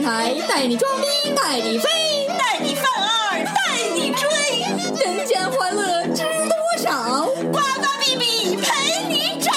电台，带你装逼，带你飞， 带你犯二，带你追， 人间欢乐知多少？ 呱呱哔哔陪你找。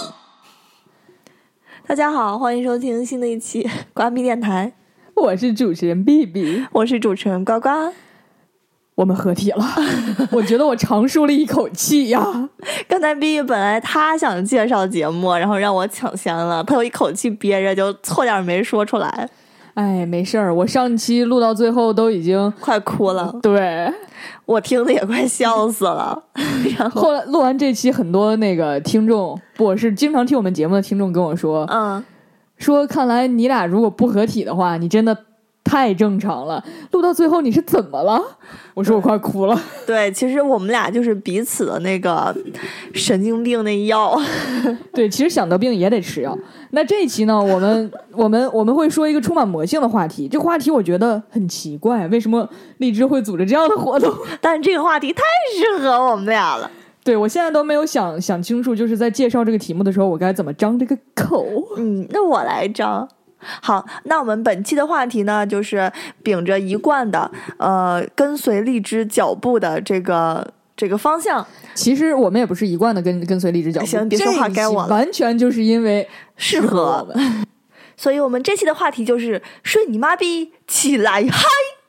大家好，欢迎收听新的一期呱咪电台， 我是主持人 BB， 我是主持人呱呱。 我们合体了，我觉得我长舒了一口气呀。 刚才 BB 本来他想介绍节目，然后让我抢先了，他有一口气憋着，就错点没说出来。 哎，没事儿，我上期录到最后都已经快哭了， 对， 我听的也快笑死了。然后后来录完这期，很多那个听众，不是经常听我们节目的听众跟我说，说看来你俩如果不合体的话，你真的太正常了，录到最后你是怎么了？我说我快哭了。 对，其实我们俩就是彼此的那个神经病那药。 对，其实想得病也得吃药。那这一期呢，我们会说一个充满魔性的话题。这个话题我觉得很奇怪，为什么荔枝会组织这样的活动？ 但是这个话题太适合我们俩了。 对，我现在都没有想清楚，就是在介绍这个题目的时候，我该怎么张这个口。 那我来张。好，那我们本期的话题呢，就是秉着一贯的跟随荔枝脚步的这个方向。 其实我们也不是一贯的跟随荔枝脚步， 行，别说话，该我了。 完全就是因为适合我们，所以我们这期的话题就是睡你妈逼，起来嗨！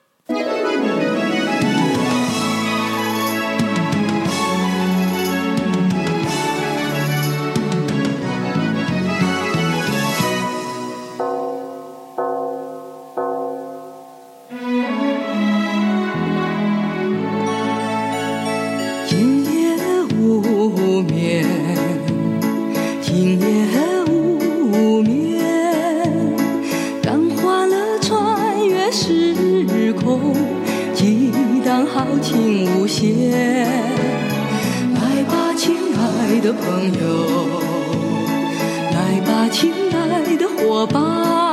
好听无限，来吧，亲爱的朋友，来吧，亲爱的伙伴，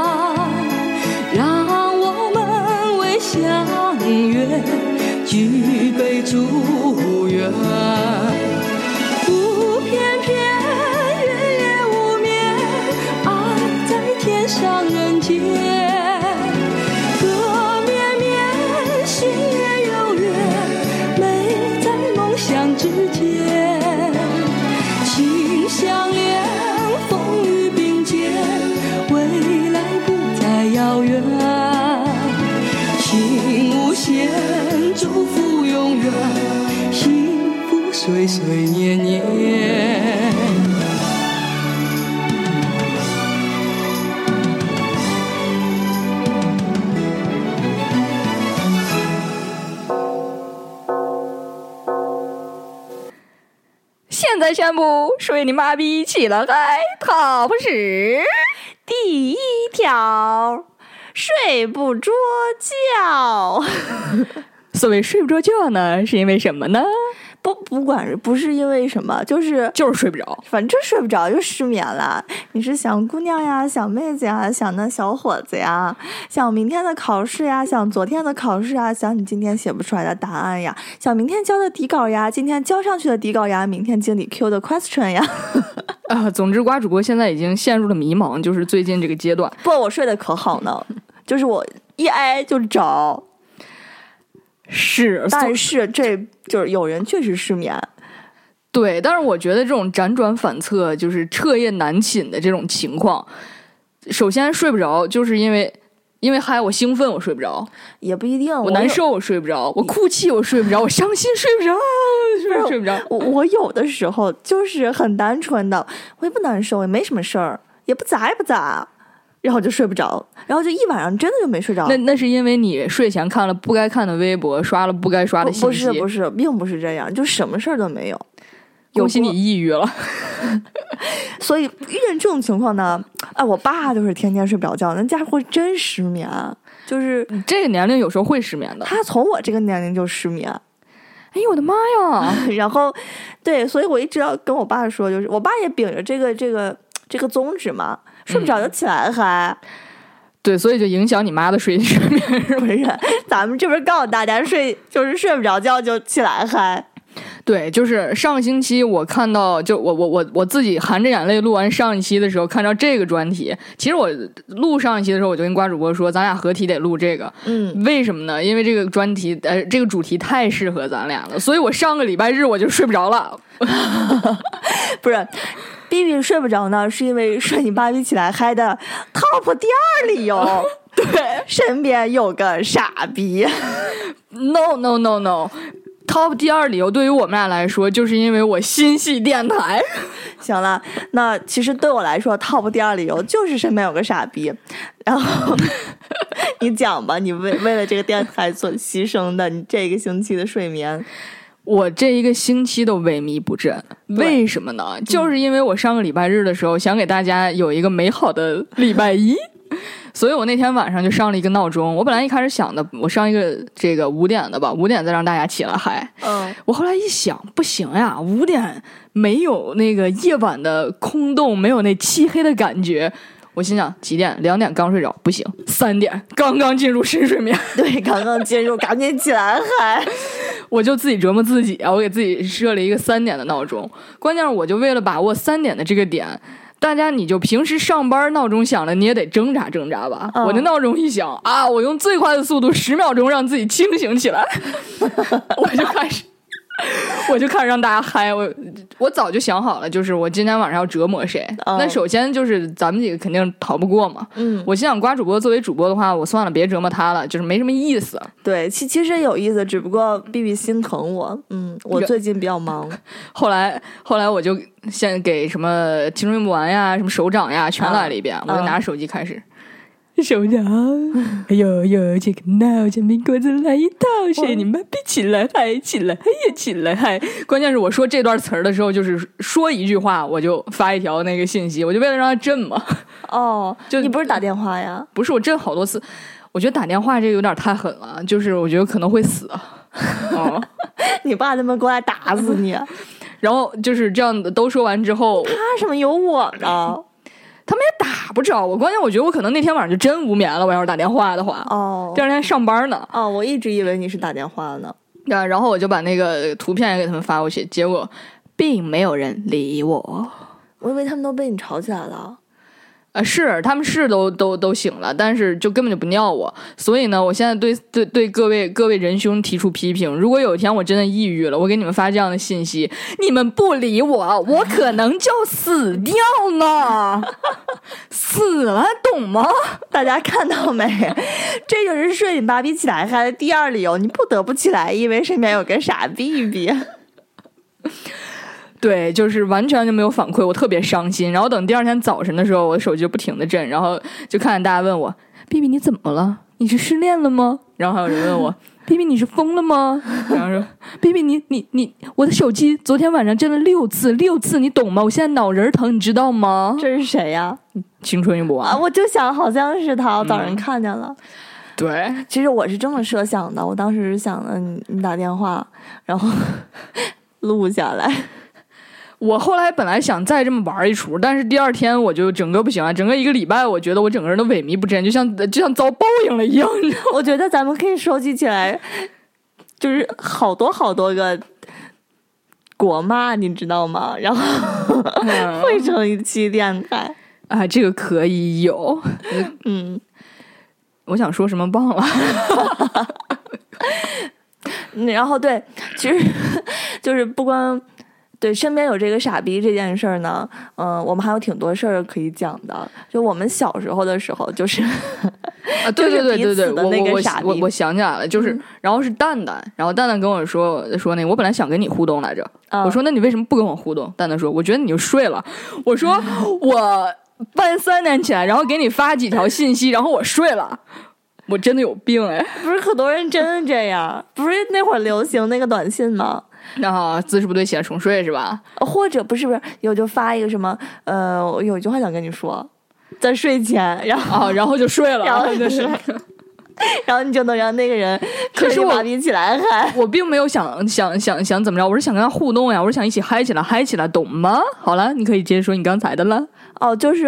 让我们为相约举杯祝愿。不翩翩，月夜无眠，爱在天上人间。之间，心相连，风雨并肩，未来不再遥远。情无限，祝福永远，幸福岁岁年年。 现在宣布，睡你妈逼起了嗨 ，Top 10 第一条，睡不着觉。 所谓睡不着觉呢，是因为什么呢？ 不管不是因为什么，就是睡不着， 反正睡不着就失眠了。你是想姑娘呀，想妹子呀，想那小伙子呀，想明天的考试呀，想昨天的考试啊，想你今天写不出来的答案呀，想明天交的底稿呀，今天交上去的底稿呀，明天经理 Q 的 question 呀。 总之瓜主播现在已经陷入了迷茫，就是最近这个阶段。 不，我睡得可好呢，就是我一挨就着。 是， 但是这就是有人确实失眠。 对，但是我觉得这种辗转反侧，就是彻夜难寝的这种情况，首先睡不着，就是因为嗨，我兴奋我睡不着， 也不一定， 我难受我睡不着，我哭泣我睡不着，我伤心睡不着，睡不着。 我有的时候就是很单纯的，我也不难受，也没什么事儿，也不咋。然后就睡不着，然后就一晚上真的就没睡着。 那是因为你睡前看了不该看的微博，刷了不该刷的信息。 不是，并不是这样，就什么事儿都没有。 恭喜你抑郁了。 所以遇见这种情况呢，我爸就是天天睡不着觉，那家伙真失眠，就是这个年龄有时候会失眠的。 他从我这个年龄就失眠。 哎呦我的妈呀！ 然后对，所以我一直要跟我爸说，就是我爸也秉着这个宗旨嘛。睡不着就起来嗨， 对，所以就影响你妈的睡眠，是不是？ 咱们这边告诉大家睡不着觉就起来嗨。 对，就是上个星期我看到，就我自己含着眼泪录完上一期的时候，看到这个专题。其实我录上一期的时候，我就跟瓜主播说，咱俩合体得录这个。为什么呢？因为这个专题，这个主题太适合咱俩了，所以我上个礼拜日我就睡不着了。 不是。B B 睡不着呢，是因为睡你芭比起来嗨的 top 第2理由。 对， 身边有个傻逼。 No，top 第2理由对于我们俩来说，就是因为我心系电台。 行了，那其实对我来说 top 第2理由就是身边有个傻逼。然后你讲吧，你为了这个电台所牺牲的你这个星期的睡眠。 我这一个星期都萎靡不振，为什么呢？就是因为我上个礼拜日的时候想给大家有一个美好的礼拜一，所以我那天晚上就上了一个闹钟。我本来一开始想的，我上一个这个5点的吧，5点再让大家起来嗨。我后来一想，不行呀，5点没有那个夜晚的空洞，没有那漆黑的感觉。我心想几点？2点刚睡着，不行，3点刚刚进入深睡眠。 对，刚刚进入，赶紧起来嗨！ 我就自己折磨自己啊！我给自己设了一个3点的闹钟，关键是我就为了把握3点的这个点，大家你就平时上班闹钟响了，你也得挣扎挣扎吧。我的闹钟一响啊，我用最快的速度10秒钟让自己清醒起来，我就开始让大家嗨。我早就想好了，就是我今天晚上要折磨谁。那首先就是咱们几个肯定逃不过嘛。我心想瓜主播作为主播的话，我算了，别折磨他了，就是没什么意思。 对，其实有意思，只不过 BB 心疼我。我最近比较忙。后来我就先给什么青春用不完呀，什么手掌呀全来了一遍。我就拿着手机开始。手掌，哎呦呦，这个闹煎饼果子来一套，谁你妈逼起来嗨起来，嗨呀起来嗨！关键是我说这段词儿的时候，就是说一句话我就发一条那个信息，我就为了让他震嘛。 就你不是打电话呀？ 不是，我震好多次。我觉得打电话这个有点太狠了，就是我觉得可能会死。 你爸他们过来打死你。 然后就是这样的都说完之后， 怕什么有我呢？ 他们也打不着我，关键我觉得我可能那天晚上就真无眠了。我要是打电话的话，第2天上班呢。 我一直以为你是打电话呢。 然后我就把那个图片也给他们发过去，结果并没有人理我。 我以为他们都被你吵起来了。 是他们都醒了，但是就根本就不尿我。所以呢，我现在对各位仁兄提出批评：如果有一天我真的抑郁了，我给你们发这样的信息，你们不理我，我可能就死掉呢。死了，懂吗？ 大家看到没？这就是睡你芭比起来嗨的第2理由，你不得不起来，因为身边有个傻逼逼。 对，就是完全就没有反馈，我特别伤心。然后等第2天早晨的时候，我的手机就不停的震，然后就看见大家问我 ：“BB 你怎么了？你是失恋了吗？”然后还有人问我：“BB 你是疯了吗？”然后说 ：“BB 你，我的手机昨天晚上震了6次，你懂吗？我现在脑仁疼，你知道吗？” 这是谁呀？ 青春用不完。 我就想好像是他，我早上看见了。 对， 其实我是这么设想的，我当时是想的你打电话，然后录下来。 我后来本来想再这么玩一出，但是第2天我就整个不行了，整个1个礼拜，我觉得我整个人都萎靡不振，就像遭报应了一样。 我觉得咱们可以收集起来，就是好多个国骂，你知道吗？然后汇成一期电台啊，这个可以有。我想说什么忘了。 然后对，其实就是不光。对，身边有这个傻逼这件事儿呢，我们还有挺多事儿可以讲的。就我们小时候的时候，就是对，我想起来了，就是，然后是蛋蛋，然后蛋蛋跟我说那个，我本来想跟你互动来着，我说那你为什么不跟我互动？蛋蛋说我觉得你就睡了。我说我半夜3点起来，然后给你发几条信息，然后我睡了。我真的有病哎！ 不是很多人真的这样，不是那会儿流行那个短信吗？ 姿势不对起来重睡是吧？ 或者不是，有就发一个什么我有一句话想跟你说，在睡前，然后就睡了， 然后就是然后你就能让那个人可是我比起来嗨。 我并没有想怎么着，我是想跟他互动呀，我是想一起嗨起来，懂吗？好了，你可以接着说你刚才的了。 就是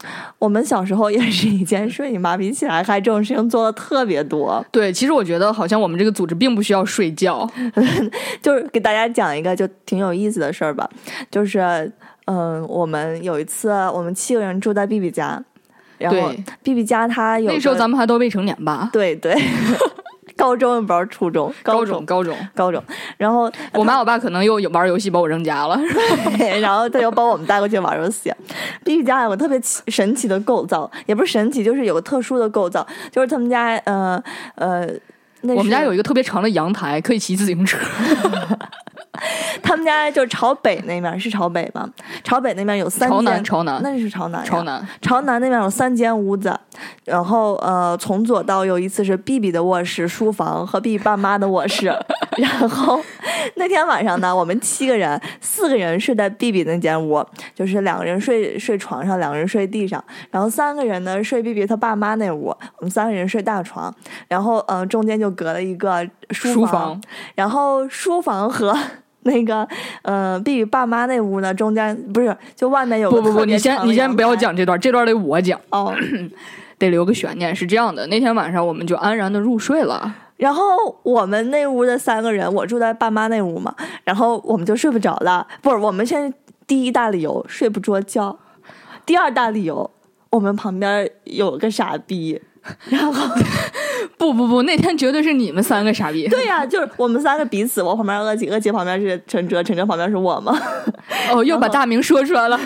我们小时候也是一件睡你妈逼起来嗨这种事情做的特别多。 对，其实我觉得好像我们这个组织并不需要睡觉。 就是给大家讲一个就挺有意思的事儿吧，就是我们有一次我们7个人住在 BB 家，然后 BB 家他有那时候咱们还都未成年吧？ 对对。高中也不知道初中，高中，然后我妈我爸可能又玩游戏把我扔家了， 然后他又把我们带过去玩游戏。BB 家有个特别神奇的构造，也不是神奇，就是有个特殊的构造，就是他们家我们家有一个特别长的阳台，可以骑自行车。 他们家就是朝北那面，是朝北吗？朝北那面有3间， 朝南， 那是朝南，朝南那边有3间屋子，然后从左到右依次是 BB 的卧室、书房和 BB 爸妈的卧室。然后那天晚上呢，我们7个人，4个人睡在 BB 那间屋，就是2个人睡床上，2个人睡地上，然后3个人呢睡 BB 他爸妈那屋，我们3个人睡大床，然后中间就隔了一个书房，然后书房和那个BB 爸妈那屋呢，中间不是就外面有个不，你先不要讲这段得我讲哦， 得留个悬念。是这样的，那天晚上我们就安然的入睡了。 然后我们那屋的3个人，我住在爸妈那屋嘛，然后我们就睡不着了。不是，我们现在第一大理由睡不着觉，第二大理由我们旁边有个傻逼。然后不，那天绝对是你们3个傻逼。 对呀，就是我们3个彼此，我旁边恶姐旁边是陈哲旁边是我嘛。 哦，又把大名说出来了。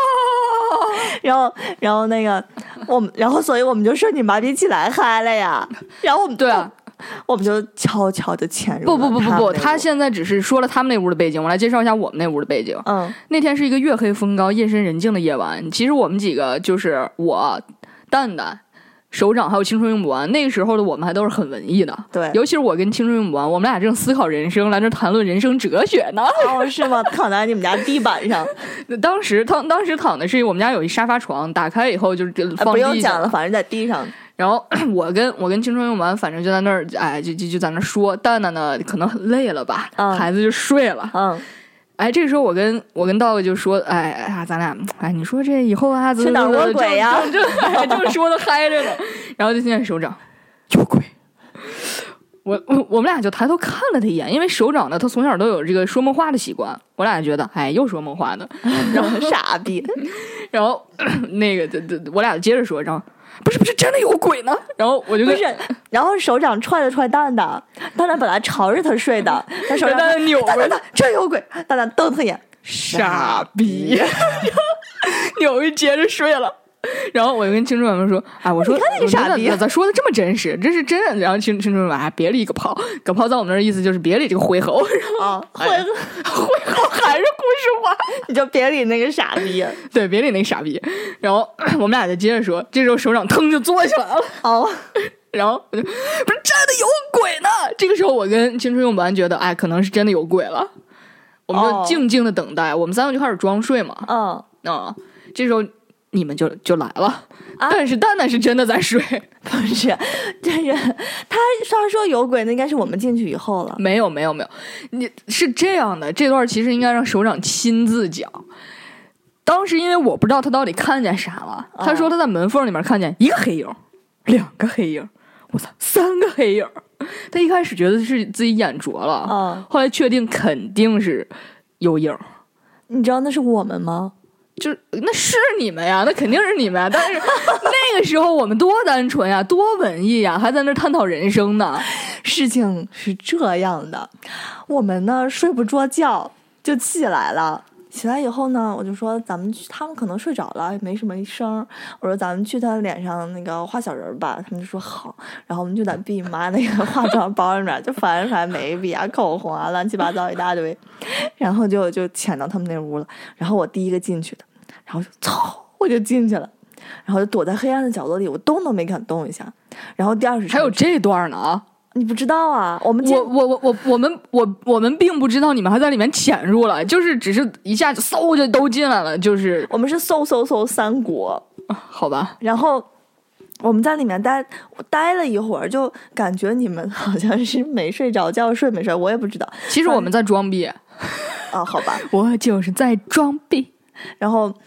然后那个然后所以我们就说你妈逼起来嗨了呀。然后我们对啊。 我们就悄悄的潜入了。 不，他现在只是说了他们那屋的背景，我来介绍一下我们那屋的背景。那天是一个月黑风高、夜深人静的夜晚。其实我们几个就是我、蛋蛋、首长还有青春用不完，那个时候的我们还都是很文艺的。对，尤其是我跟青春用不完，我们俩正思考人生，来这谈论人生哲学呢。 哦，是吗？躺在你们家地板上。 当时躺的是我们家有一沙发床，打开以后就是放地上。 不用讲了，反正在地上。 然后我跟青春用完，反正就在那儿，哎，就在那儿说。蛋蛋呢，可能很累了吧，孩子就睡了。哎，这个时候我跟道哥就说，哎，咱俩，哎，你说这以后啊， 去哪卧轨呀？ 正说的嗨着呢。然后就听见首长有鬼。我们俩就抬头看了他一眼，因为首长呢，他从小都有这个说梦话的习惯。我俩觉得，哎，又说梦话呢， 然后傻逼。 然后那个，我俩就接着说，然后。不是，真的有鬼呢！然后我就不是，然后首长踹了踹蛋蛋，蛋蛋本来朝着他睡的，他手蛋蛋扭过来， 这有鬼！蛋蛋瞪他眼， 傻逼，扭一接着睡了。然后我就跟青春友们说，哎，我说你看那个傻逼， 咋说的这么真实？这是真的。然后青春友们哎，别理个炮，搁炮在我们那儿意思就是别理这个灰猴啊，灰猴还是故事话， 你就别理那个傻逼， 对，别理那个傻逼。然后我们俩就接着说，这时候首长腾就坐起来了。 哦， 然后我就不是真的有鬼呢。这个时候我跟青春用不完觉得，哎，可能是真的有鬼了。我们就静静的等待，我们3个就开始装睡嘛。这时候。你们就来了，但是蛋蛋是真的在睡， 不是，就是他说有鬼，那应该是我们进去以后了。 没有，你是这样的，这段其实应该让首长亲自讲。当时因为我不知道他到底看见啥了，他说他在门缝里面看见1个黑影，2个黑影，我操，3个黑影。他一开始觉得是自己眼拙了，后来确定肯定是有影。 你知道那是我们吗？ 就是那是你们呀，那肯定是你们呀。但是那个时候我们多单纯呀，多文艺呀，还在那探讨人生呢。 事情是这样的，我们呢睡不着觉就起来了。起来以后呢，我就说咱们去，他们可能睡着了，也没什么声。我说咱们去他脸上那个画小人吧，他们就说好。然后我们就在 B 妈那个化妆包里面就翻出来眉笔啊、口红啊，乱七八糟一大堆，然后就潜到他们那屋了。然后我第一个进去的，然后就操，我就进去了，然后就躲在黑暗的角落里，我动都没敢动一下。然后第二是还有这段呢啊。 你不知道啊？我们并不知道你们还在里面潜入了，就是只是一下子嗖就都进来了，就是我们是嗖三国， 好吧？ 然后我们在里面待了一会儿，就感觉你们好像是没睡着觉，睡没睡，我也不知道。 其实我们在装逼啊，好吧， 我就是在装逼。 然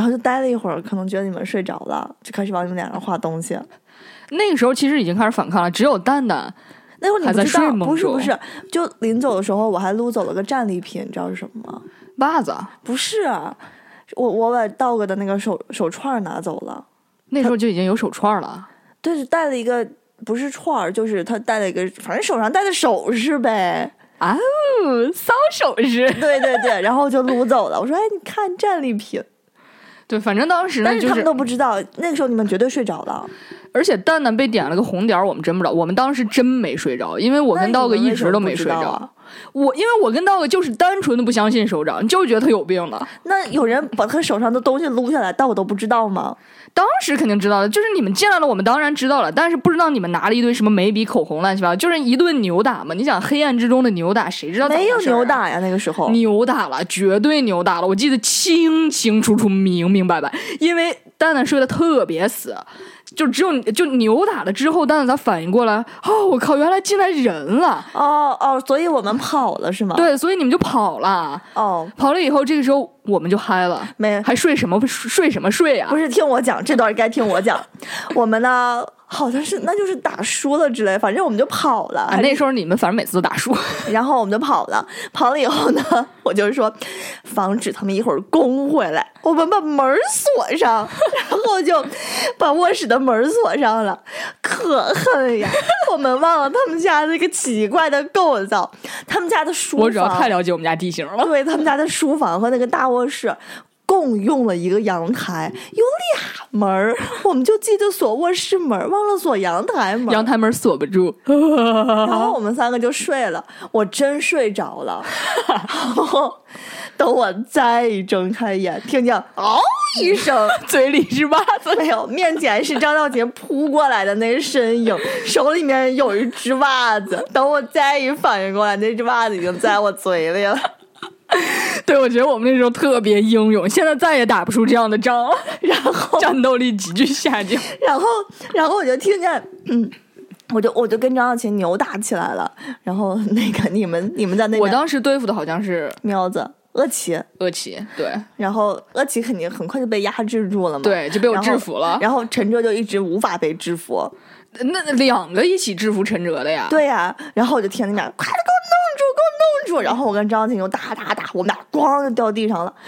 然后就待了一会儿，可能觉得你们睡着了，就开始往你们脸上画东西。 那个时候其实已经开始反抗了，只有蛋蛋那会儿你还在睡梦中。 不是，就临走的时候我还撸走了个战利品，你知道是什么吗？ 袜子？ 不是，我把Dog的那个手串拿走了。 那时候就已经有手串了。 对，是戴了一个不是串，就是他戴了一个，反正手上戴的首饰呗。 哦，骚首饰。 对，然后就撸走了。我说，哎，你看战利品。 对，反正当时呢， 但是他们都不知道，那个时候你们绝对睡着了。 而且蛋蛋被点了个红点，我们真不知道。我们当时真没睡着，因为我跟Dog一直都没睡着。因为我跟Dog就是单纯的不相信首长，就觉得他有病了。 那有人把他手上的东西撸下来，但我都不知道吗？ 当时肯定知道的，就是你们进来了，我们当然知道了，但是不知道你们拿了一堆什么眉笔、口红乱七八糟，就是一顿扭打嘛。你想黑暗之中的扭打，谁知道？ 没有扭打呀，那个时候扭打了，绝对扭打了，我记得清清楚楚、明明白白，因为蛋蛋睡得特别死。就只有就扭打了之后，蛋蛋才反应过来，哦，我靠，原来进来人了。 哦，所以我们跑了是吗？ 对，所以你们就跑了。 哦， 跑了以后，这个时候我们就嗨了，还睡什么睡啊？ 不是，听我讲，这段该听我讲。我们呢，好像是那就是打输了之类，反正我们就跑了。 那时候你们反正每次都打输， 然后我们就跑了。跑了以后呢，我就说防止他们一会儿攻回来，我们把门锁上，然后就把卧室的门锁上了。可恨呀！我们忘了他们家那个奇怪的构造，他们家的书房， 我主要太了解我们家地形了。 对，他们家的书房和那个大卧室共用了一个阳台，有俩门，我们就记得锁卧室门，忘了锁阳台门。 阳台门锁不住， 然后我们三个就睡了。我真睡着了。然后等我再一睁开眼，听见嗷一声， 嘴里是袜子， 没有，面前是张道杰扑过来的那个身影，手里面有一只袜子。等我再一反应过来，那只袜子已经在我嘴里了。 对，我觉得我们那时候特别英勇，现在再也打不出这样的仗了， 然后战斗力急剧下降。 然后我就听见，我就跟张小琴扭打起来了。然后那个你们在那边， 我当时对付的好像是喵子。恶奇， 对， 然后恶奇肯定很快就被压制住了嘛， 对，就被我制服了。 然后陈哲就一直无法被制服， 那两个一起制服陈哲的呀？ 对呀，然后我就听那边快点给我弄住，然后我跟张琴就打，我们俩咣就掉地上了。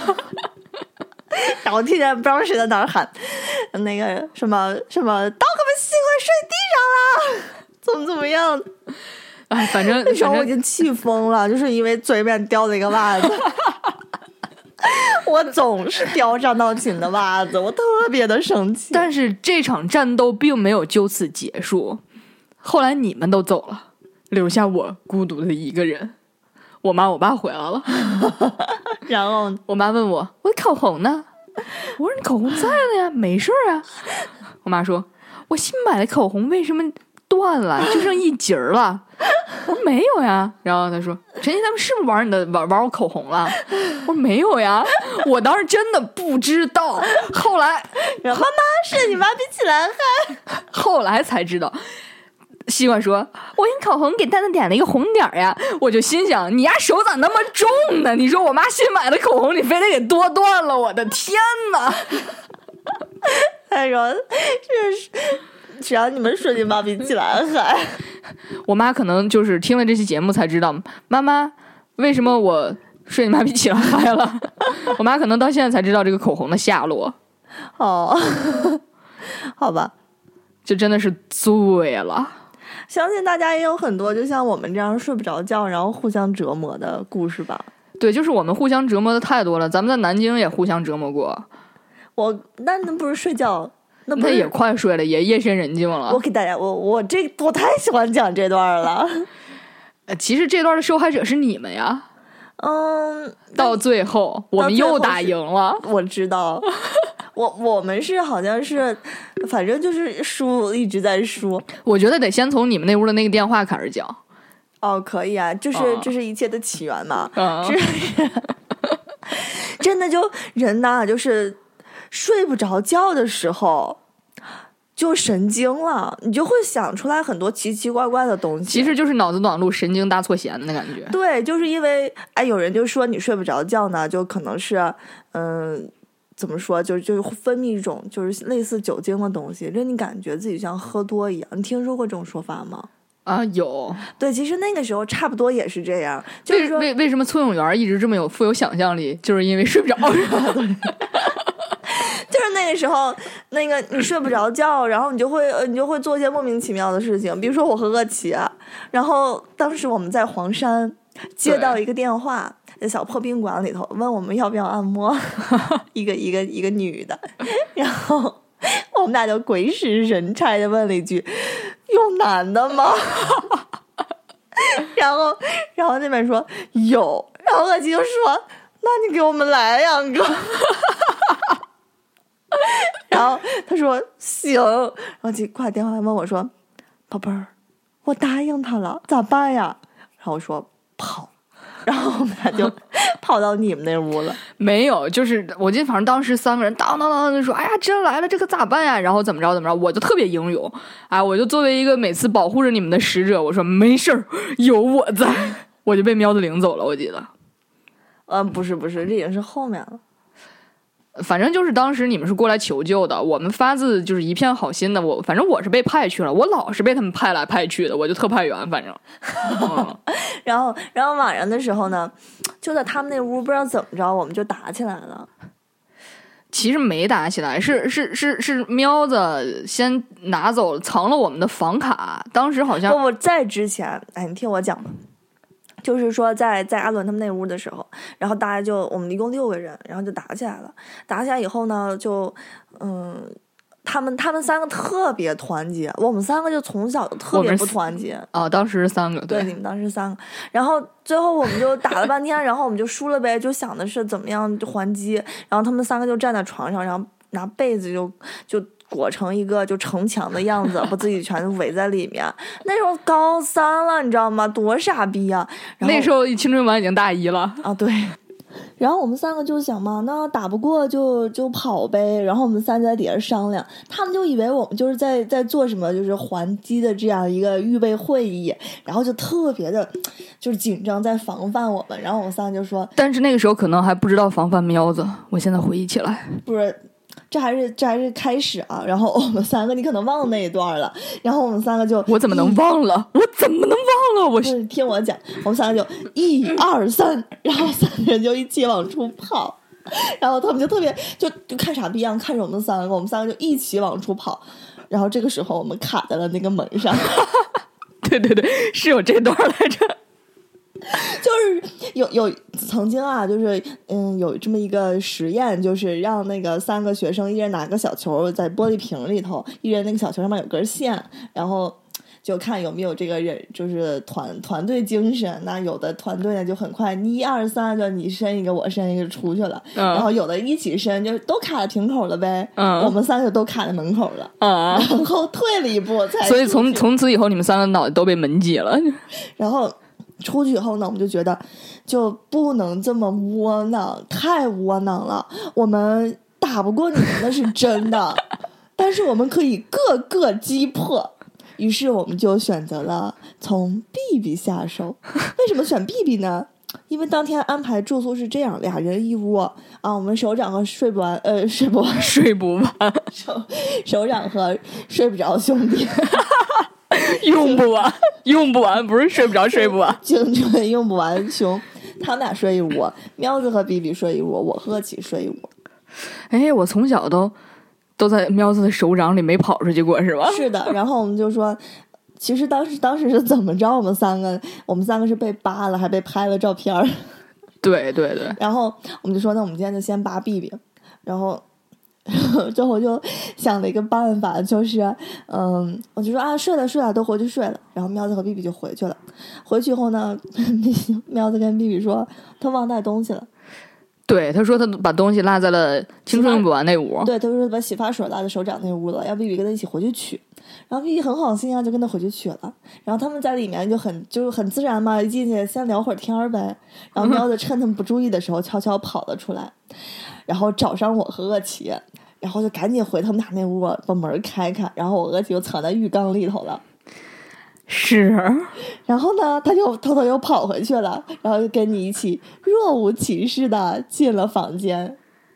然后听见不知道谁在那儿喊那个什么刀客们喜欢睡地上了，怎么样？ 哎，反正那时候我已经气疯了，就是因为嘴里面掉了一个袜子。我总是掉张道琴的袜子，我特别的生气。 但是这场战斗并没有就此结束，后来你们都走了，留下我孤独的一个人。我妈我爸回来了， 然后我妈问我的口红呢？我说你口红在了呀，没事啊。我妈说我新买的口红为什么断了，就剩一截了？我说没有呀。然后她说陈曦他们是不是玩我口红了？我说没有呀。我当时真的不知道，后来妈妈是你妈比起来还后来才知道。西瓜说我用口红给蛋蛋点了一个红点呀。我就心想你丫手咋那么重呢？你说我妈新买的口红你非得给剁断了，我的天哪。 她说只要你们说你妈比起来还我妈可能就是听了这期节目才知道妈妈为什么我睡你妈比起来嗨了。我妈可能到现在才知道这个口红的下落。 哦，好吧， 就真的是醉了。 相信大家也有很多就像我们这样睡不着觉然后互相折磨的故事吧。 对，就是我们互相折磨的太多了，咱们在南京也互相折磨过。 那不是睡觉， 那也快睡了，也夜深人静了。 我给大家，我太喜欢讲这段了。 其实这段的受害者是你们呀。到最后我们又打赢了。 我知道。我们是好像是反正就是输，一直在输。 我觉得得先从你们那屋的那个电话开始讲。 哦，可以啊，这是一切的起源嘛。真的就人呐，就是睡不着觉的时候就神经了，你就会想出来很多奇奇怪怪的东西， 其实就是脑子短路神经大错弦的感觉。 对，就是因为有人就说你睡不着觉呢，就可能是怎么说，就分泌一种就是类似酒精的东西，让你感觉自己像喝多一样。你听说过这种说法吗？ 啊，有。 对，其实那个时候差不多也是这样。就是说为什么崔永元一直这么富有想象力，就是因为睡不着。 就是那个时候，那个你睡不着觉，然后你就会做一些莫名其妙的事情，比如说我和恶奇，然后当时我们在黄山接到一个电话，在小破宾馆里头问我们要不要按摩，一个女的，然后我们俩就鬼使神差的问了一句：“有男的吗？”然后那边说有，然后恶奇就说：“那你给我们来2个。”然后他说行，然后就挂电话问我说：“宝贝儿，我答应他了，咋办呀？”然后我说跑，然后我们俩就跑到你们那屋了。 没有，就是我记得反正当时3个人当当当就说：“哎呀，真来了，这可咋办呀？”然后怎么着，我就特别英勇，哎，我就作为一个每次保护着你们的使者，我说没事儿，有我在，我就被喵子领走了。我记得， 不是，这已经是后面了。 反正就是当时你们是过来求救的，我们发自就是一片好心的，反正我是被派去了，我老是被他们派来派去的，我就特派员，反正。 然后晚上的时候呢，就在他们那屋不知道怎么着，我们就打起来了。 其实没打起来，是喵子先拿走藏了我们的房卡，当时好像不在之前，哎，你听我讲吧。就是说在阿伦他们那屋的时候，然后大家我们一共6个人，然后就打起来了。打起来以后呢，他们3个特别团结，我们3个就从小就特别不团结。 当时是3个， 对，你们当时3个。然后最后我们就打了半天，然后我们就输了呗，就想的是怎么样还击。然后他们3个就站在床上，然后拿被子就裹成一个就城墙的样子，把自己全围在里面。那时候高3了，你知道吗？多傻逼啊！ 那时候青春版已经大1了啊，对。然后我们3个就想嘛，那打不过就跑呗。然后我们3就在底下商量，他们就以为我们就是在做什么，就是还击的这样一个预备会议，然后就特别的，就是紧张，在防范我们。然后我们3个就说， 但是那个时候可能还不知道防范喵子。我现在回忆起来， 不是。这还是开始啊，然后我们3个你可能忘了那一段了，然后我们3个就我怎么能忘了？我怎么能忘了？我是听我讲，我们3个就1、2、3，然后3个人就一起往出跑，然后他们就特别就看傻逼一样看着我们3个，我们3个就一起往出跑，然后这个时候我们卡在了那个门上。 对，是有这段来着。 就是有曾经啊，就是有这么一个实验，就是让那个3个学生一人拿个小球在玻璃瓶里头，一人那个小球上面有根线，然后就看有没有这个人就是团队精神。那有的团队呢就很快1、2、3就你伸一个我伸一个出去了，然后有的一起伸就都卡在瓶口了呗，我们3个都卡在门口了，然后退了一步才， 所以从此以后你们3个脑袋都被门挤了。 然后出去以后呢，我们就觉得就不能这么窝囊，太窝囊了。我们打不过你们那是真的，但是我们可以个个击破。于是我们就选择了从 BB 下手。为什么选 BB 呢？因为当天安排住宿是这样，2人一屋啊，我们首长和睡不完首长和睡不着兄弟。 用不完，不是睡不着睡不完， 青春用不完熊。他们俩睡一屋，喵子和 BB 睡一屋，我和奇睡一屋。 哎，我从小都在喵子的手掌里没跑出去过，是吧？ 是的。然后我们就说，其实当时是怎么着？我们三个是被扒了，还被拍了照片。 对。 然后我们就说，那我们今天就先扒 BB，然后我就想了一个办法，就是我就说睡了，都回去睡了。然后喵子和 BB 就回去了。回去以后呢，喵子跟 BB 说他忘带东西了。 对，他说他把东西落在了青春用不完那屋。 对，他说把洗发水落在首长那屋了，要 BB 跟他一起回去取。然后 BB 很好心啊，就跟他回去取了。然后他们在里面就是很自然嘛，一进去先聊会儿天呗。然后喵子趁他们不注意的时候悄悄跑了出来，然后找上我和恶奇，然后就赶紧回他们俩那屋把门开开。然后我恶奇就藏在浴缸里头了。 是， 然后呢，他就偷偷又跑回去了，然后就跟你一起若无其事的进了房间。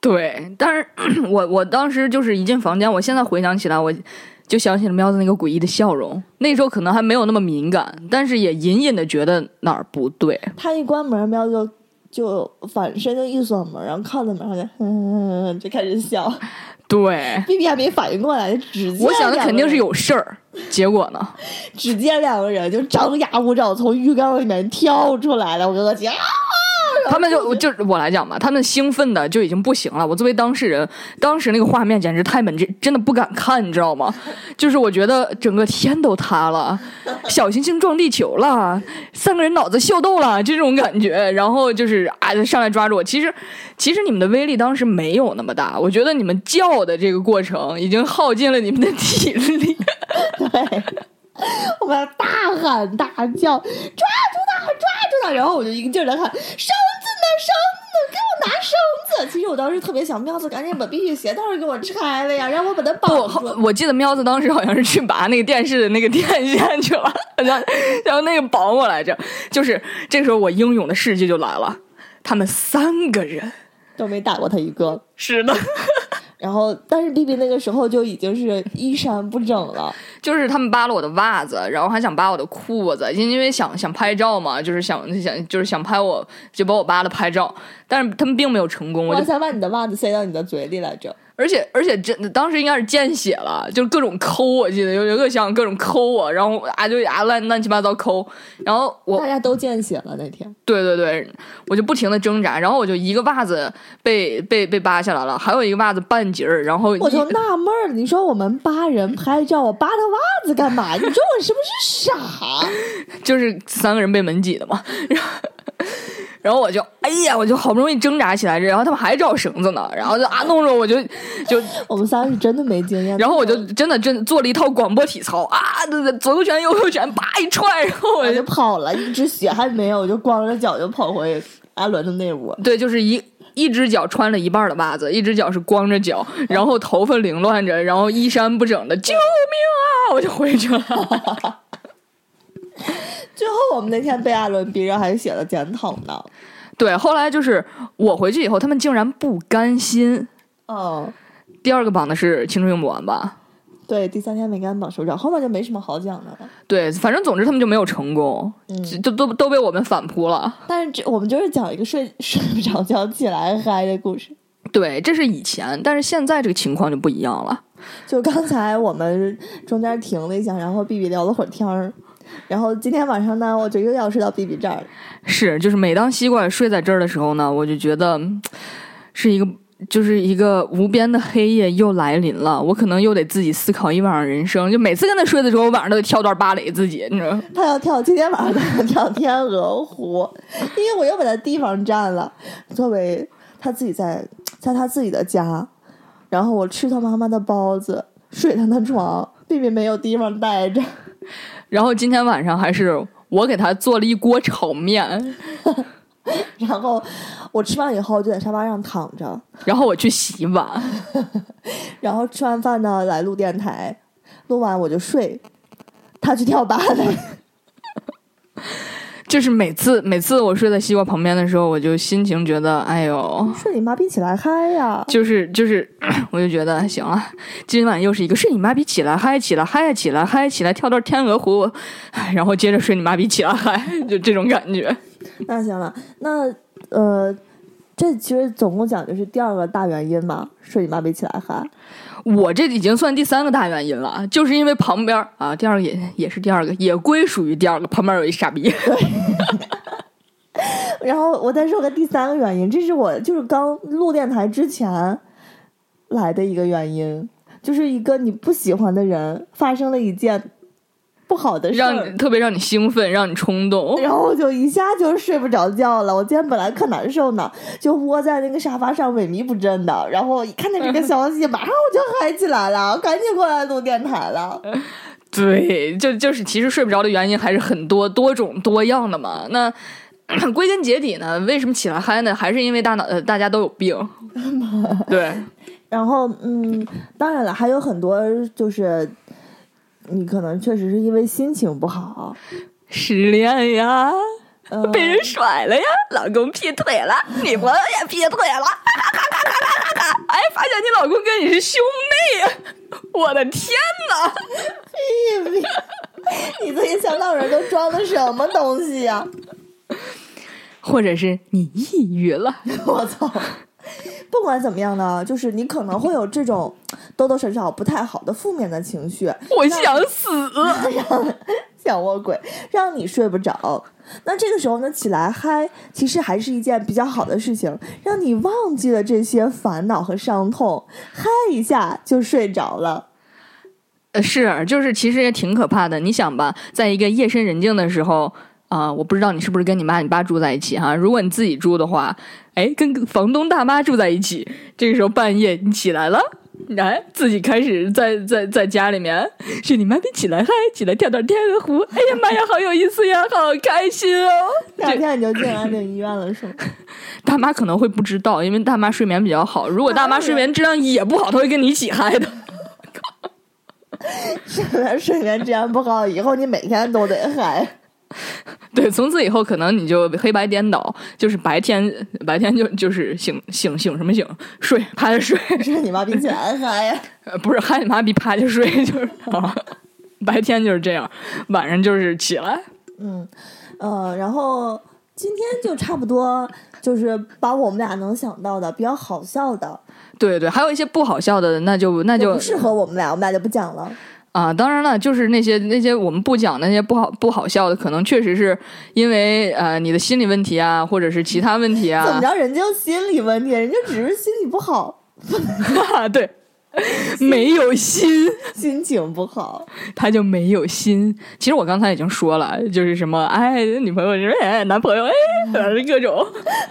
对，但是我当时就是一进房间，我现在回想起来，我就想起了喵子那个诡异的笑容。那时候可能还没有那么敏感，但是也隐隐的觉得哪儿不对。 他一关门，喵就反身就一锁门，然后靠在门上就开始笑。 对 ，BB 还没反应过来，只见我想的肯定是有事儿，结果呢， 只见两个人就张牙舞爪从浴缸里面跳出来了。我哥哥讲。 他们就我来讲吧，他们兴奋的就已经不行了。我作为当事人，当时那个画面简直太猛，真的不敢看，你知道吗？就是我觉得整个天都塌了，小行星撞地球了，3个人脑子秀逗了，这种感觉。然后就是上来抓住我。其实你们的威力当时没有那么大，我觉得你们叫的这个过程已经耗尽了你们的体力。 对。我们大喊大叫，抓住他，然后我就一个劲儿的喊，绳子呢，给我拿绳子。其实我当时特别想，喵子赶紧把必须鞋带给我拆了呀，让我把它绑住。 我记得喵子当时好像是去拔那个电视的那个电线去了，然后那个绑我来着。就是这时候我英勇的事迹就来了，他们3个人都没打过他一个。 是的。 然后，但是 BB 那个时候就已经是衣衫不整了， 就是他们扒了我的袜子，然后还想扒我的裤子，因为想拍照嘛，就是想拍我，就把我扒了拍照，但是他们并没有成功。 我想把你的袜子塞到你的嘴里来着。 而且真的当时应该是见血了，就是各种抠，我记得有个想各种抠我，然后就乱七八糟抠，然后大家都见血了那天。 对，我就不停的挣扎，然后我就一个袜子被扒下来了，还有一个袜子半截儿，然后我就纳闷了，你说我们扒人拍照，我扒他袜子干嘛？你说我是不是傻？ 就是3个人被门挤的嘛，然后我就好不容易挣扎起来，然后他们还找绳子呢，然后就弄着我就我们仨是真的没经验， 然后我就真的做了一套广播体操左右拳右右拳，叭一踹，然后我就跑了，一只鞋还没有，我就光着脚就跑回阿伦的那屋。 对，就是一只脚穿了一半的袜子，一只脚是光着脚，然后头发凌乱着，然后衣衫不整的，救命啊！我就回去了。 最后我们那天被阿伦逼着还写了检讨呢。 对，后来就是我回去以后，他们竟然不甘心。第2个绑的是青春用不完吧？ 对，第3天没敢绑手掌，后面就没什么好讲的了。 对，反正总之他们就没有成功，都被我们反扑了。 但是我们就是讲一个睡不着觉起来嗨的故事。 对，这是以前，但是现在这个情况就不一样了。 就刚才我们中间停了一下，然后 BB 聊了会儿天儿。然后今天晚上呢，我就又要睡到 BB 这儿了。 是，就是每当西瓜睡在这儿的时候呢，我就觉得是一个无边的黑夜又来临了，我可能又得自己思考一晚上人生。就每次跟他睡的时候，我晚上都得跳段芭蕾自己，你知道吗？ 他要跳，今天晚上他要跳天鹅湖，因为我又把他地方占了。作为他自己在他自己的家，然后我吃他妈妈的包子，睡他的床，并没有地方待着。 然后今天晚上还是我给他做了一锅炒面。 然后我吃完以后就在沙发上躺着， 然后我去洗碗， 然后吃完饭呢来录电台，录完我就睡，他去跳芭蕾。 就是每次我睡在西瓜旁边的时候，我就心情觉得哎呦， 睡你妈逼起来嗨呀！ 就是我就觉得行了，今晚又是一个睡你妈逼起来嗨，起来嗨起来嗨起来跳到天鹅湖，然后接着睡你妈逼起来嗨，就这种感觉。 那行了，那这其实总共讲的是第2个大原因嘛，睡你妈逼起来嗨。 我这已经算第3个大原因了，就是因为旁边啊，第2个也是第2个，也归属于第2个，旁边有一傻逼。 对。然后我再说个第3个原因，这是我就是刚录电台之前来的一个原因，就是一个你不喜欢的人发生了一件不好的事儿， 特别让你兴奋，让你冲动， 然后我就一下就睡不着觉了。我今天本来可难受呢，就窝在那个沙发上萎靡不振的，然后一看见这个消息，马上我就嗨起来了，赶紧过来录电台了。 对，就是其实睡不着的原因还是很多种多样的嘛。那归根结底呢，为什么起来嗨呢？还是因为大家都有病。对， 然后当然了，还有很多就是你可能确实是因为心情不好， 失恋呀，被人甩了呀，老公劈腿了，女朋友也劈腿了， 发现你老公跟你是兄妹，我的天哪！ 屁屁，你这些小老人都装的什么东西呀？ 或者是你抑郁了， 我操！不管怎么样呢，就是你可能会有这种多多少少不太好的负面的情绪， 我想死， 想卧鬼，让你睡不着。那这个时候呢，起来嗨，其实还是一件比较好的事情，让你忘记了这些烦恼和伤痛，嗨一下就睡着了。 是，就是其实也挺可怕的。你想吧，在一个夜深人静的时候我不知道你是不是跟你妈你爸住在一起哈。如果你自己住的话，哎，跟房东大妈住在一起，这个时候半夜你起来了，来自己开始在家里面是你妈逼起来嗨，起来跳跳天鹅湖，哎呀妈呀，好有意思呀，好开心哦！ 第二天你就进安定医院了是吗？ 大妈可能会不知道，因为大妈睡眠比较好。如果大妈睡眠质量也不好，她会跟你一起嗨的。 睡眠质量不好，以后你每天都得嗨。 对，从此以后可能你就黑白颠倒，就是白天就是醒什么醒，睡趴着睡， 是你妈逼起来嗨呀？ 不是嗨你妈逼趴着睡，就是白天就是这样，晚上就是起来。 然后今天就差不多就是把我们俩能想到的比较好笑的， 对，还有一些不好笑的，那就不适合我们俩就不讲了。 当然了，就是那些我们不讲那些不好笑的，可能确实是因为你的心理问题啊，或者是其他问题啊。 怎么着，人家有心理问题，人家只是心理不好。 对，没有心情不好， 他就没有心。其实我刚才已经说了，就是什么女朋友男朋友各种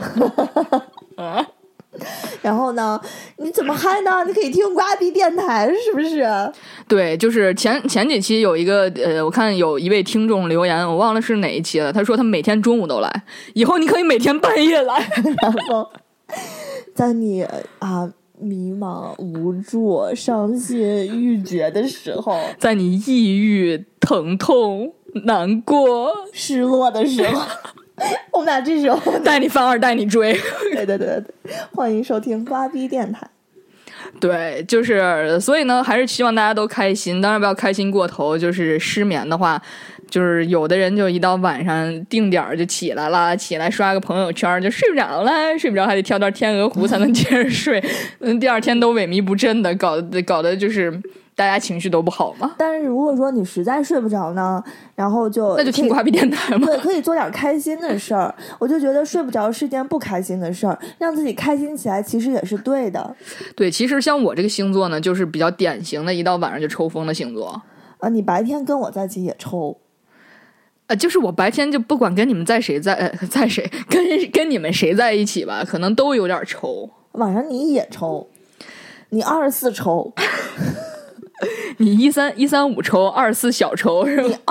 然后呢，你怎么嗨呢？你可以听瓜逼电台，是不是？ 对，就是前几期有一个我看有一位听众留言，我忘了是哪一期了。他说他每天中午都来，以后你可以每天半夜来。 然后在你迷茫、无助、伤心欲绝的时候， 在你抑郁、疼痛、难过、 失落的时候。我们俩这时候带你翻二带你追。 对，欢迎收听瓜逼电台。 对，就是所以呢，还是希望大家都开心，当然不要开心过头。就是失眠的话，就是有的人就一到晚上定点就起来了，起来刷个朋友圈就睡不着了，睡不着还得跳到天鹅湖才能接着睡，第二天都萎靡不振的，搞得就是大家情绪都不好嘛。 但是如果说你实在睡不着呢，然后那就听瓜逼电台嘛。 对，可以做点开心的事儿。我就觉得睡不着是件不开心的事儿，让自己开心起来其实也是对的。 对，其实像我这个星座呢，就是比较典型的一到晚上就抽风的星座。 你白天跟我在一起也抽。 就是我白天就不管跟你们在谁跟你们谁在一起吧，可能都有点抽。 晚上你也抽，你24抽。 你135抽，24小抽是吧？ 你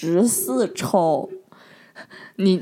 24抽， 你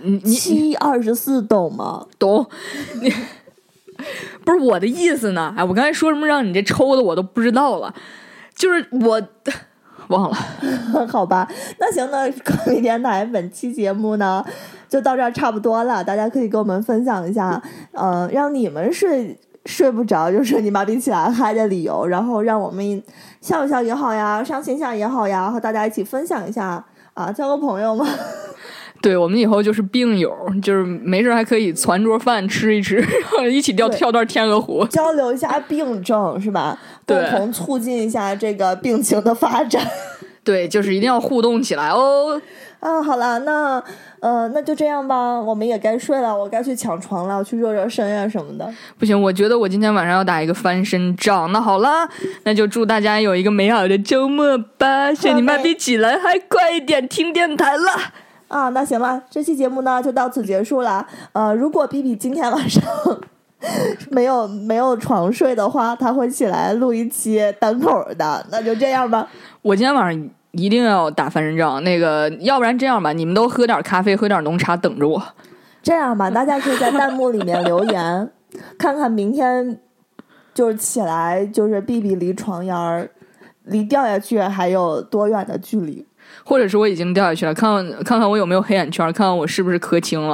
724懂吗？ 懂。你不是我的意思呢。我刚才说什么让你这抽的我都不知道了，就是我忘了。 好吧，那行，那瓜逼电台本期节目呢就到这儿差不多了，大家可以跟我们分享一下，让你们睡不着就是你妈逼起来嗨的理由，然后让我们笑一笑也好呀，伤心一下也好呀，和大家一起分享一下交个朋友嘛。 对，我们以后就是病友，就是没事还可以攒桌饭吃一吃，然后一起跳段天鹅湖， 交流一下病症是吧？共同促进一下这个病情的发展。 对，就是一定要互动起来哦。 好了，那就这样吧，我们也该睡了，我该去抢床了，去热热身呀什么的。 不行，我觉得我今天晚上要打一个翻身仗。那好了，那就祝大家有一个美好的周末吧。谢你妈逼起来，还快一点听电台了。 那行了，这期节目呢就到此结束了。如果比比今天晚上没有床睡的话，他会起来录一期单口的。那就这样吧。 我今天晚上一定要打翻身仗，要不然这样吧，你们都喝点咖啡，喝点浓茶，等着我。 这样吧，大家可以在弹幕里面留言，看看明天就是起来，就是比比离床沿儿，离掉下去还有多远的距离， 或者是我已经掉下去了，看看我有没有黑眼圈，看看我是不是磕青了。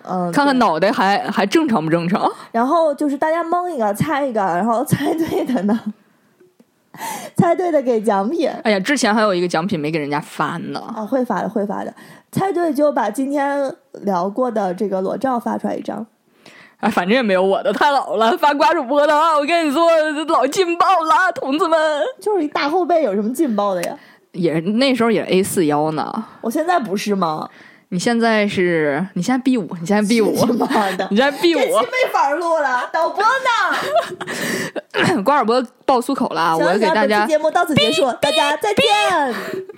看看脑袋还正常不正常。 然后就是大家蒙一个猜一个，然后猜对的呢，猜对的给奖品。 哎呀，之前还有一个奖品没给人家发呢。 会发的，猜对就把今天聊过的这个裸照发出来一张。 反正也没有我的，太老了。发瓜主播的啊，我跟你说，老劲爆了，同志们。 就是一大后背，有什么劲爆的呀？ 那时候也 A4 腰呢。 我现在不是吗？ 你现在 B5，你现在 B5，你现在 B5， 这期没法录了，导播呢？ 瓜主播爆粗口了，我要给大家。 本期节目到此结束，大家再见。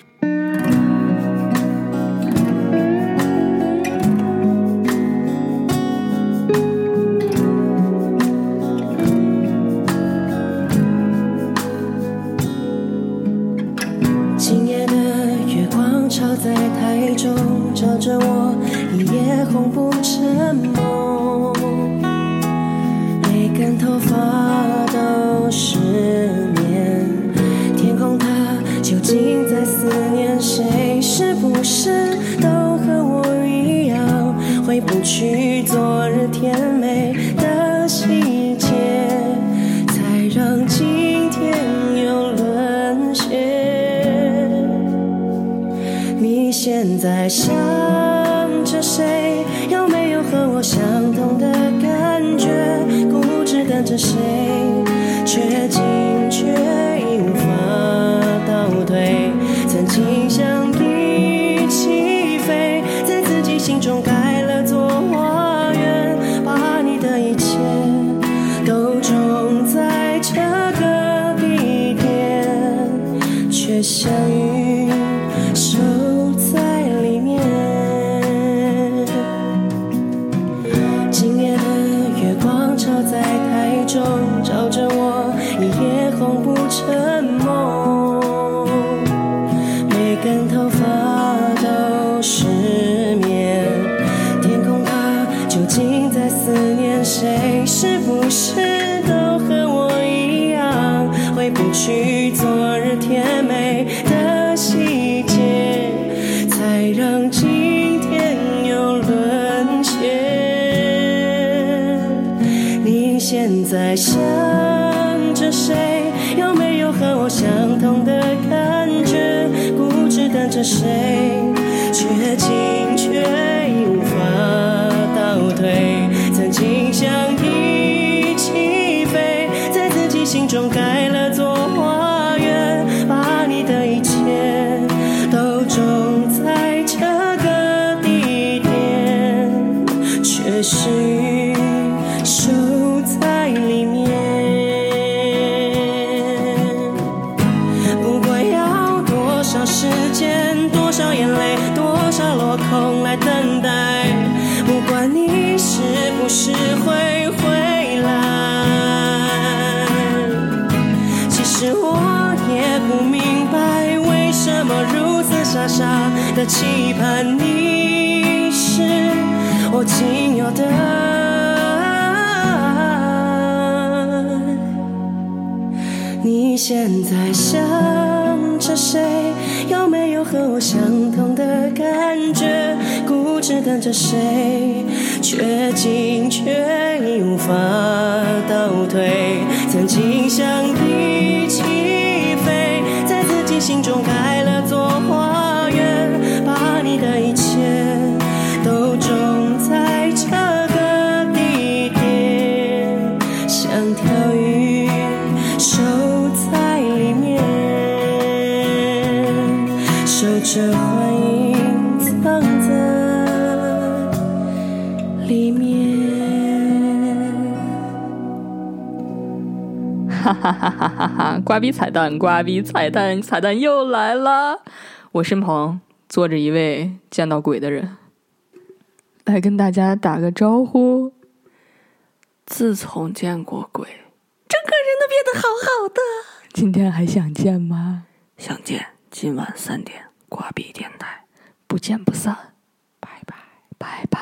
照在台中，照着我一夜红不成梦，每根头发都失眠，天空它究竟在思念谁？是不是都和我一样，回不去昨日甜美的细节，才让今天有沦陷。你现在想着谁？有没有和我相同的感觉？固执等着谁？却进却已无法倒退。曾经想一起飞，在自己心中盖了座花园，把你的一切都种在这个地点，却相遇守在里面。今夜的月光照在台中，照着我一夜红不成梦，每根头发都失眠，天空它究竟在思念谁？是不是都和我一样，回不去昨日甜美的细节，才让今天有沦陷。你现在想着谁？有没有和我相同的感觉？固执等着谁？却进却已无法倒退。曾经想一起飞，在自己心中盖了座花园，把你的一切都种在这个地点，却是雨守在里面。不管要多少时间，多少眼泪，多少落空来等待，不管你是不是会回来。其实我也不明白，为什么如此傻傻的期盼，你是我仅有的。你现在想着谁？有没有和我相同的感觉？固执等着谁？却进却已无法倒退。曾经想一起飞，在自己心中盖了座花园，把你的一切都种在这个地点，像条鱼守在里面，守着幻影藏在里面。 哈哈哈哈哈哈！瓜逼彩蛋，瓜逼彩蛋，彩蛋又来了！我身旁坐着一位见到鬼的人，来跟大家打个招呼。自从见过鬼， 整个人都变得好好的。 今天还想见吗？ 想见，今晚3点，瓜逼电台， 不见不散， 拜拜， 拜拜，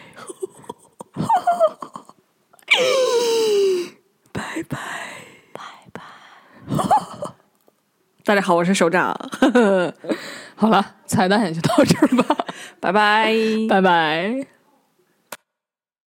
拜拜。大家好，我是首长。好了，彩蛋也就到这儿吧， 拜拜， 拜拜。